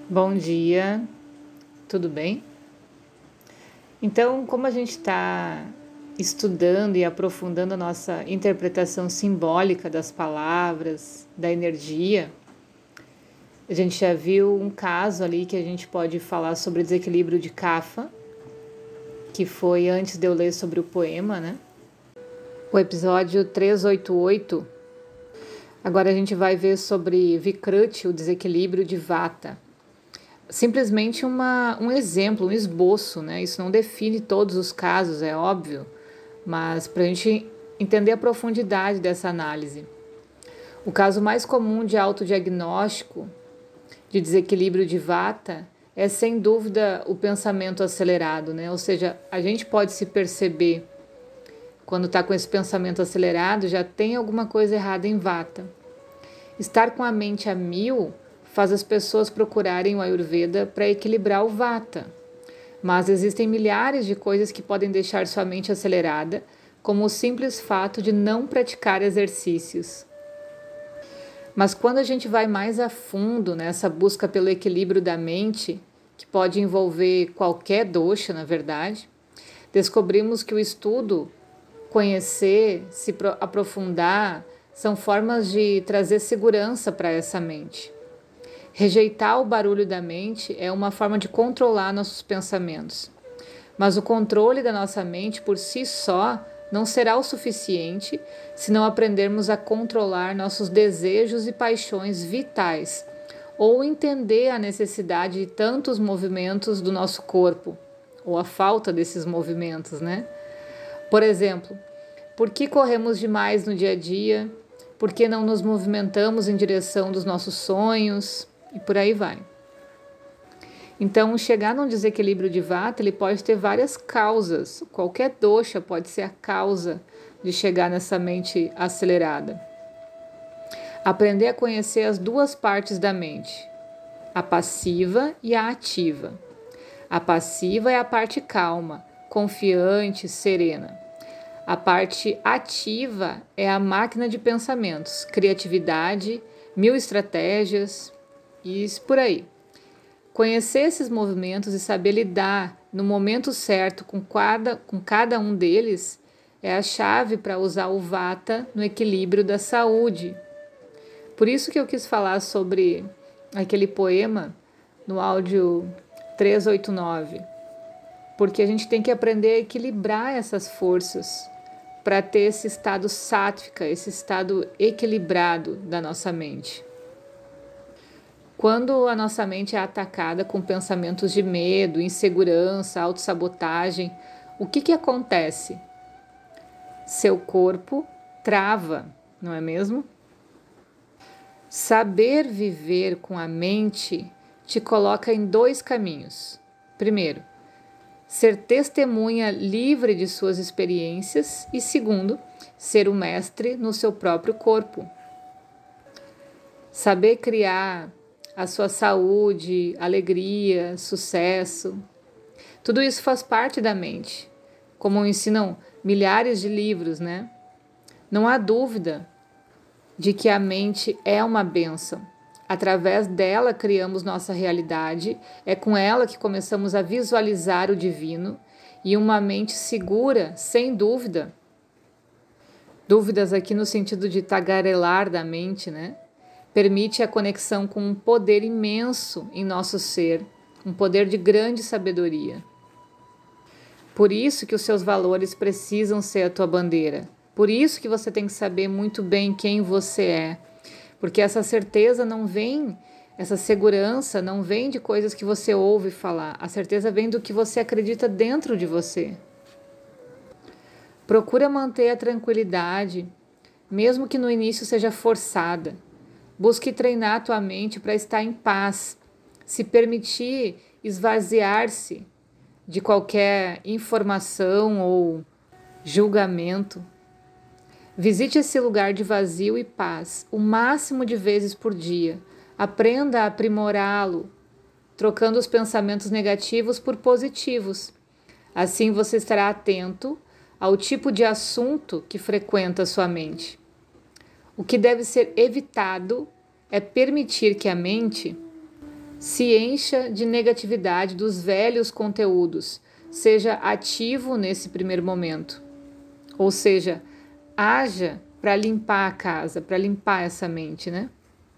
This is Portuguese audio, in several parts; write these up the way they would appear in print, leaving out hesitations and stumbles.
Bom dia, tudo bem? Então, como a gente está estudando e aprofundando a nossa interpretação simbólica das palavras, da energia, a gente já viu um caso ali que a gente pode falar sobre o desequilíbrio de Kapha, que foi antes de eu ler sobre o poema, né? O episódio 388. Agora a gente vai ver sobre Vikruti, o desequilíbrio de Vata. Simplesmente um exemplo, um esboço, né? Isso não define todos os casos, é óbvio, mas para a gente entender a profundidade dessa análise. O caso mais comum de autodiagnóstico de desequilíbrio de Vata é sem dúvida o pensamento acelerado, né? Ou seja, a gente pode se perceber quando está com esse pensamento acelerado, já tem alguma coisa errada em Vata. Estar com a mente a mil faz as pessoas procurarem o Ayurveda para equilibrar o Vata. Mas existem milhares de coisas que podem deixar sua mente acelerada, como o simples fato de não praticar exercícios. Mas quando a gente vai mais a fundo nessa busca pelo equilíbrio da mente, que pode envolver qualquer dosha, na verdade, descobrimos que o estudo, conhecer, se aprofundar, são formas de trazer segurança para essa mente. Rejeitar o barulho da mente é uma forma de controlar nossos pensamentos. Mas o controle da nossa mente por si só não será o suficiente se não aprendermos a controlar nossos desejos e paixões vitais ou entender a necessidade de tantos movimentos do nosso corpo, ou a falta desses movimentos, né? Por exemplo, por que corremos demais no dia a dia? Por que não nos movimentamos em direção dos nossos sonhos? E por aí vai. Então, chegar num desequilíbrio de Vata, ele pode ter várias causas. Qualquer dosha pode ser a causa de chegar nessa mente acelerada. Aprender a conhecer as duas partes da mente, a passiva e a ativa. A passiva é a parte calma, confiante, serena. A parte ativa é a máquina de pensamentos, criatividade, mil estratégias e por aí. Conhecer esses movimentos e saber lidar no momento certo com cada um deles é a chave para usar o Vata no equilíbrio da saúde. Por isso que eu quis falar sobre aquele poema no áudio 389, porque a gente tem que aprender a equilibrar essas forças para ter esse estado sátvica, esse estado equilibrado da nossa mente. Quando a nossa mente é atacada com pensamentos de medo, insegurança, autossabotagem, o que acontece? Seu corpo trava, não é mesmo? Saber viver com a mente te coloca em dois caminhos. Primeiro, ser testemunha livre de suas experiências e segundo, ser o mestre no seu próprio corpo. Saber criar a sua saúde, alegria, sucesso, tudo isso faz parte da mente, como ensinam milhares de livros, né? Não há dúvida de que a mente é uma bênção. Através dela criamos nossa realidade, é com ela que começamos a visualizar o divino e uma mente segura, sem dúvida. Dúvidas aqui no sentido de tagarelar da mente, né? Permite a conexão com um poder imenso em nosso ser, um poder de grande sabedoria. Por isso que os seus valores precisam ser a tua bandeira. Por isso que você tem que saber muito bem quem você é. Porque essa certeza não vem, essa segurança não vem de coisas que você ouve falar. A certeza vem do que você acredita dentro de você. Procura manter a tranquilidade, mesmo que no início seja forçada. Busque treinar a tua mente para estar em paz, se permitir esvaziar-se de qualquer informação ou julgamento. Visite esse lugar de vazio e paz o máximo de vezes por dia. Aprenda a aprimorá-lo, trocando os pensamentos negativos por positivos. Assim você estará atento ao tipo de assunto que frequenta sua mente. O que deve ser evitado é permitir que a mente Se encha de negatividade dos velhos conteúdos. Seja ativo nesse primeiro momento. Ou seja, haja para limpar a casa, para limpar essa mente, né?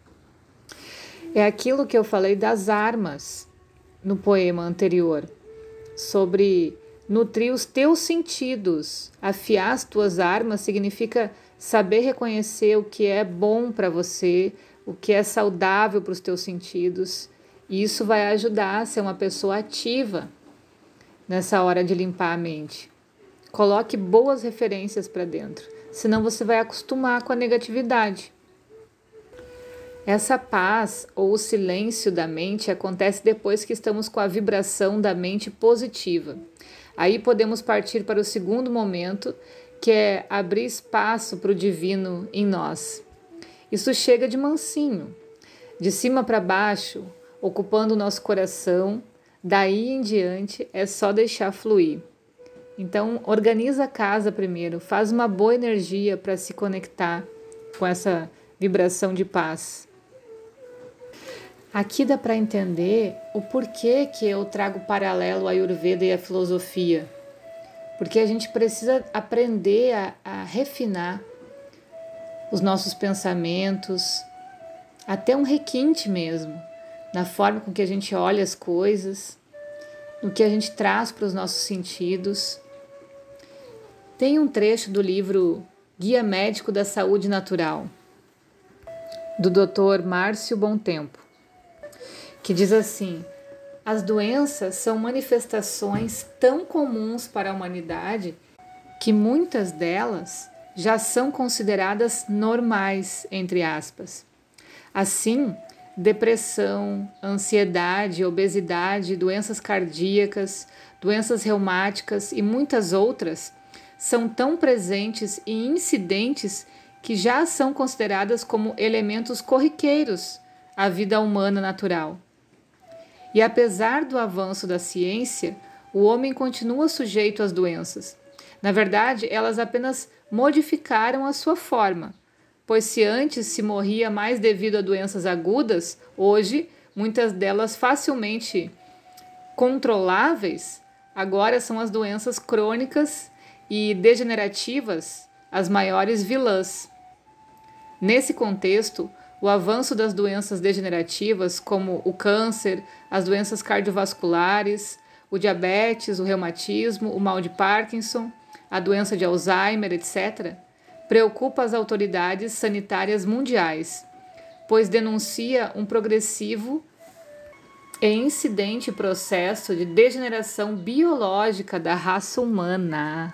É aquilo que eu falei das armas no poema anterior, sobre nutrir os teus sentidos. Afiar as tuas armas significa saber reconhecer o que é bom para você, o que é saudável para os teus sentidos. E isso vai ajudar a ser uma pessoa ativa nessa hora de limpar a mente. Coloque boas referências para dentro, senão você vai acostumar com a negatividade. Essa paz ou o silêncio da mente acontece depois que estamos com a vibração da mente positiva. Aí podemos partir para o segundo momento, que é abrir espaço para o divino em nós. Isso chega de mansinho, de cima para baixo, ocupando o nosso coração. Daí em diante é só deixar fluir. Então, organiza a casa primeiro, faz uma boa energia para se conectar com essa vibração de paz. Aqui dá para entender o porquê que eu trago paralelo à Ayurveda e à filosofia. Porque a gente precisa aprender a refinar os nossos pensamentos, até um requinte mesmo, na forma com que a gente olha as coisas, no que a gente traz para os nossos sentidos. Tem um trecho do livro Guia Médico da Saúde Natural, do Dr. Márcio Bontempo, que diz assim: as doenças são manifestações tão comuns para a humanidade que muitas delas já são consideradas normais, entre aspas. Assim, depressão, ansiedade, obesidade, doenças cardíacas, doenças reumáticas e muitas outras são tão presentes e incidentes que já são consideradas como elementos corriqueiros à vida humana natural. E apesar do avanço da ciência, o homem continua sujeito às doenças. Na verdade, elas apenas modificaram a sua forma, pois se antes se morria mais devido a doenças agudas, hoje muitas delas facilmente controláveis, agora são as doenças crônicas e degenerativas as maiores vilãs. Nesse contexto, o avanço das doenças degenerativas, como o câncer, as doenças cardiovasculares, o diabetes, o reumatismo, o mal de Parkinson, a doença de Alzheimer, etc., preocupa as autoridades sanitárias mundiais, pois denuncia um progressivo e incidente processo de degeneração biológica da raça humana.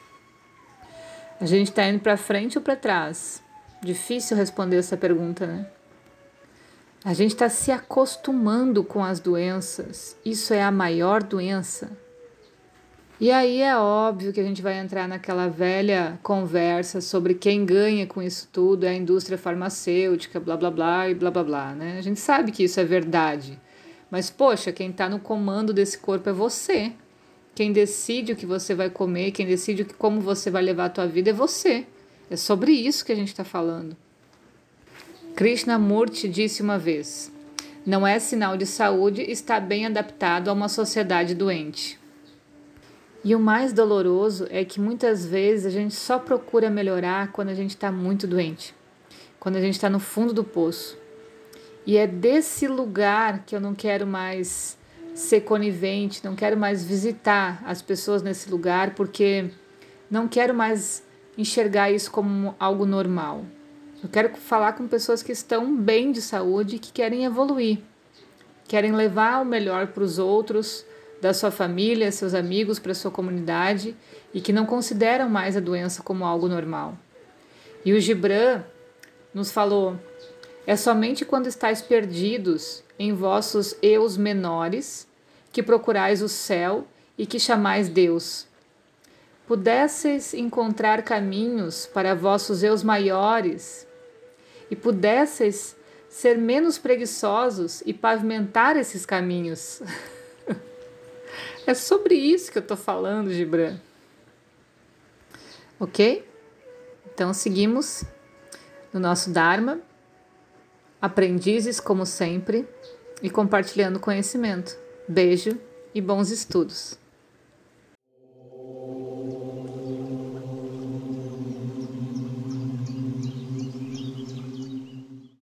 A gente está indo para frente ou para trás? Difícil responder essa pergunta, né? A gente está se acostumando com as doenças. Isso é a maior doença. E aí é óbvio que a gente vai entrar naquela velha conversa sobre quem ganha com isso tudo é a indústria farmacêutica, blá blá blá e blá blá blá, né? A gente sabe que isso é verdade. Mas, poxa, quem está no comando desse corpo é você. Quem decide o que você vai comer, quem decide como você vai levar a tua vida é você. É sobre isso que a gente está falando. Krishnamurti disse uma vez: não é sinal de saúde estar bem adaptado a uma sociedade doente. E o mais doloroso é que muitas vezes a gente só procura melhorar quando a gente está muito doente, quando a gente está no fundo do poço. E é desse lugar que eu não quero mais ser conivente, não quero mais visitar as pessoas nesse lugar, porque não quero mais enxergar isso como algo normal. Eu quero falar com pessoas que estão bem de saúde, que querem evoluir, querem levar o melhor para os outros, da sua família, seus amigos, para a sua comunidade e que não consideram mais a doença como algo normal. E o Gibran nos falou: é somente quando estáis perdidos em vossos eus menores que procurais o céu e que chamais Deus. Pudesseis encontrar caminhos para vossos eus maiores e pudesseis ser menos preguiçosos e pavimentar esses caminhos. É sobre isso que eu estou falando, Gibran. Ok? Então seguimos no nosso Dharma, aprendizes como sempre, e compartilhando conhecimento. Beijo e bons estudos!